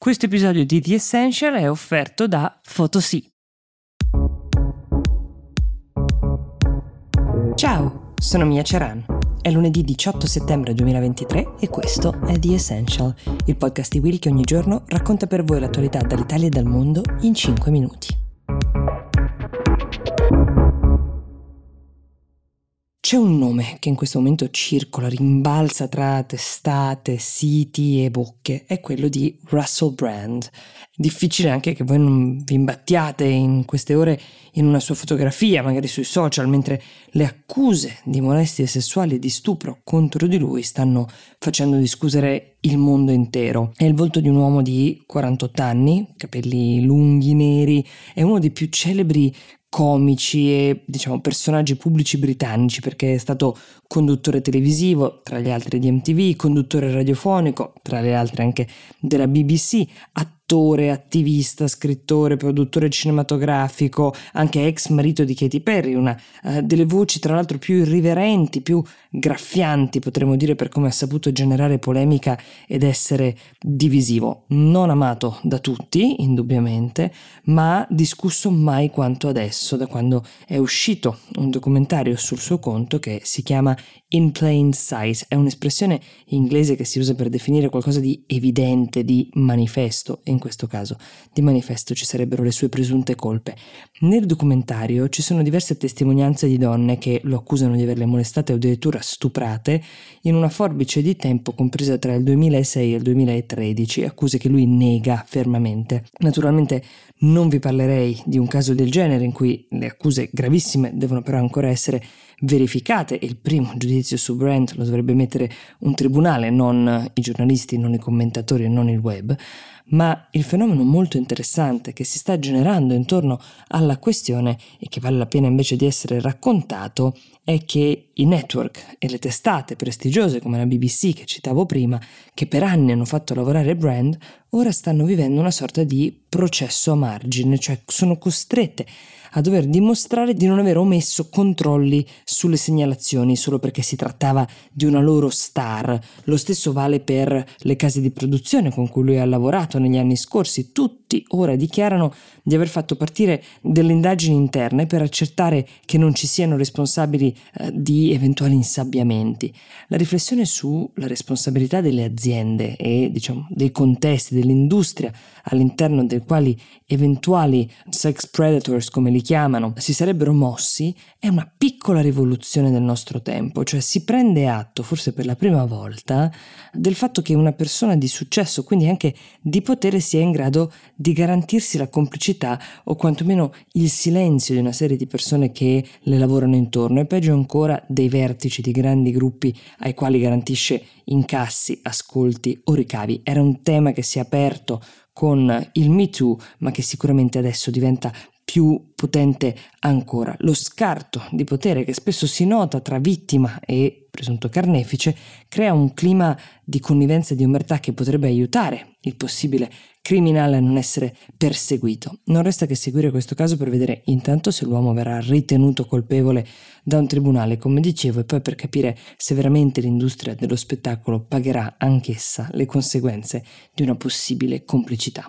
Questo episodio di The Essential è offerto da Photosea. Ciao, sono Mia Ceran. È lunedì 18 settembre 2023 e questo è The Essential, il podcast di Will che ogni giorno racconta per voi l'attualità dall'Italia e dal mondo in 5 minuti. C'è un nome che in questo momento circola, rimbalza tra testate, siti e bocche, è quello di Russell Brand. Difficile anche che voi non vi imbattiate in queste ore in una sua fotografia, magari sui social, mentre le accuse di molestie sessuali e di stupro contro di lui stanno facendo discutere il mondo intero. È il volto di un uomo di 48 anni, capelli lunghi, neri, è uno dei più celebri comici e personaggi pubblici britannici, perché è stato conduttore televisivo, tra gli altri di MTV, conduttore radiofonico, tra le altre anche della BBC, attore, attivista, scrittore, produttore cinematografico, anche ex marito di Katy Perry, una delle voci tra l'altro più irriverenti, più graffianti, potremmo dire, per come ha saputo generare polemica ed essere divisivo. Non amato da tutti, indubbiamente, ma discusso mai quanto adesso, da quando è uscito un documentario sul suo conto che si chiama In Plain Sight. È un'espressione inglese che si usa per definire qualcosa di evidente, di manifesto, e in questo caso di manifesto ci sarebbero le sue presunte colpe. Nel documentario ci sono diverse testimonianze di donne che lo accusano di averle molestate o addirittura stuprate in una forbice di tempo compresa tra il 2006 e il 2013, accuse che lui nega fermamente. Naturalmente non vi parlerei di un caso del genere in cui le accuse gravissime devono però ancora essere verificate e il primo giudizio su Brand lo dovrebbe mettere un tribunale, non i giornalisti, non i commentatori e non il web. Ma il fenomeno molto interessante che si sta generando intorno alla questione e che vale la pena invece di essere raccontato è che i network e le testate prestigiose come la BBC che citavo prima, che per anni hanno fatto lavorare Brand, ora stanno vivendo una sorta di processo a margine, cioè sono costrette a dover dimostrare di non aver omesso controlli sulle segnalazioni solo perché si trattava di una loro star. Lo stesso vale per le case di produzione con cui lui ha lavorato negli anni scorsi. Tutti ora dichiarano di aver fatto partire delle indagini interne per accertare che non ci siano responsabili di eventuali insabbiamenti. La riflessione sulla responsabilità delle aziende e dei contesti dell'industria all'interno dei quali eventuali sex predators, come li chiamano, si sarebbero mossi è una piccola rivoluzione del nostro tempo, cioè si prende atto, forse per la prima volta, del fatto che una persona di successo, quindi anche di potere, sia in grado di garantirsi la complicità o quantomeno il silenzio di una serie di persone che le lavorano intorno e peggio ancora dei vertici di grandi gruppi ai quali garantisce incassi, ascolti o ricavi. Era un tema che si è aperto con il Me Too, ma che sicuramente adesso diventa più potente ancora. Lo scarto di potere che spesso si nota tra vittima e presunto carnefice crea un clima di connivenza e di omertà che potrebbe aiutare il possibile criminale a non essere perseguito. Non resta che seguire questo caso per vedere intanto se l'uomo verrà ritenuto colpevole da un tribunale, come dicevo, e poi per capire se veramente l'industria dello spettacolo pagherà anch'essa le conseguenze di una possibile complicità.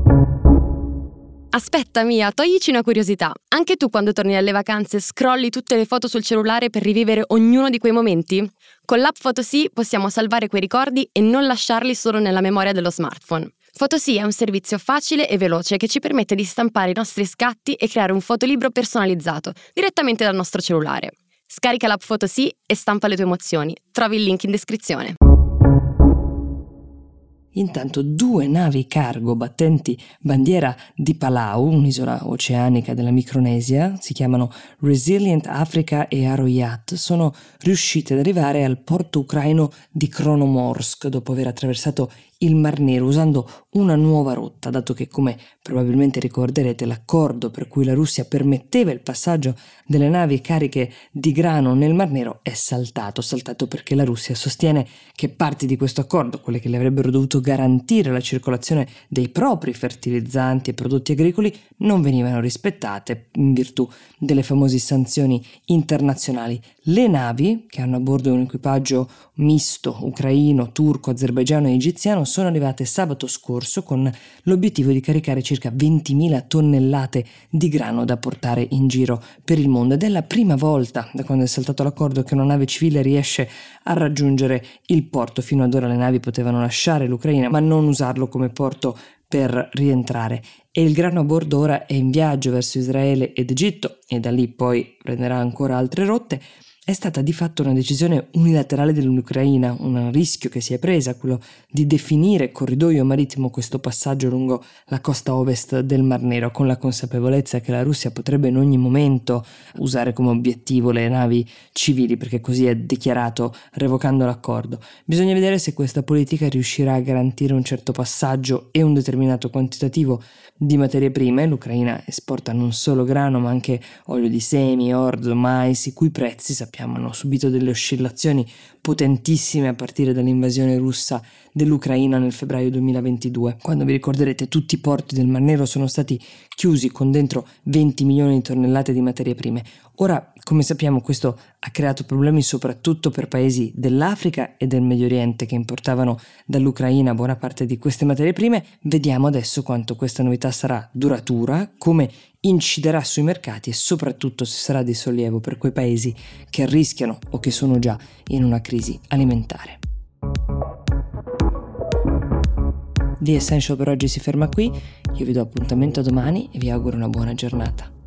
Aspetta Mia, toglici una curiosità. Anche tu quando torni dalle vacanze scrolli tutte le foto sul cellulare per rivivere ognuno di quei momenti? Con l'app Photosea possiamo salvare quei ricordi e non lasciarli solo nella memoria dello smartphone. Photosea è un servizio facile e veloce che ci permette di stampare i nostri scatti e creare un fotolibro personalizzato direttamente dal nostro cellulare. Scarica l'app Photosea e stampa le tue emozioni. Trovi il link in descrizione. Intanto 2 navi cargo battenti bandiera di Palau, un'isola oceanica della Micronesia, si chiamano Resilient Africa e Aroyat, sono riuscite ad arrivare al porto ucraino di Kronomorsk dopo aver attraversato il Mar Nero usando una nuova rotta, dato che, come probabilmente ricorderete, l'accordo per cui la Russia permetteva il passaggio delle navi cariche di grano nel Mar Nero è saltato perché la Russia sostiene che parti di questo accordo, quelle che le avrebbero dovuto garantire la circolazione dei propri fertilizzanti e prodotti agricoli, non venivano rispettate in virtù delle famose sanzioni internazionali. Le navi, che hanno a bordo un equipaggio misto ucraino, turco, azerbaigiano e egiziano, sono arrivate sabato scorso con l'obiettivo di caricare circa 20.000 tonnellate di grano da portare in giro per il mondo, ed è la prima volta da quando è saltato l'accordo che una nave civile riesce a raggiungere il porto. Fino ad ora le navi potevano lasciare l'Ucraina ma non usarlo come porto per rientrare, e il grano a bordo ora è in viaggio verso Israele ed Egitto e da lì poi prenderà ancora altre rotte. È stata di fatto una decisione unilaterale dell'Ucraina, un rischio che si è presa, quello di definire corridoio marittimo questo passaggio lungo la costa ovest del Mar Nero, con la consapevolezza che la Russia potrebbe in ogni momento usare come obiettivo le navi civili, perché così è dichiarato revocando l'accordo. Bisogna vedere se questa politica riuscirà a garantire un certo passaggio e un determinato quantitativo di materie prime. L'Ucraina esporta non solo grano ma anche olio di semi, orzo, mais, i cui prezzi sappiamo hanno subito delle oscillazioni potentissime a partire dall'invasione russa dell'Ucraina nel febbraio 2022, quando, vi ricorderete, tutti i porti del Mar Nero sono stati chiusi con dentro 20 milioni di tonnellate di materie prime. Ora, come sappiamo, questo ha creato problemi soprattutto per paesi dell'Africa e del Medio Oriente che importavano dall'Ucraina buona parte di queste materie prime. Vediamo adesso quanto questa novità sarà duratura, come inciderà sui mercati e soprattutto se sarà di sollievo per quei paesi che rischiano o che sono già in una crisi alimentare. The Essential per oggi si ferma qui, io vi do appuntamento a domani e vi auguro una buona giornata.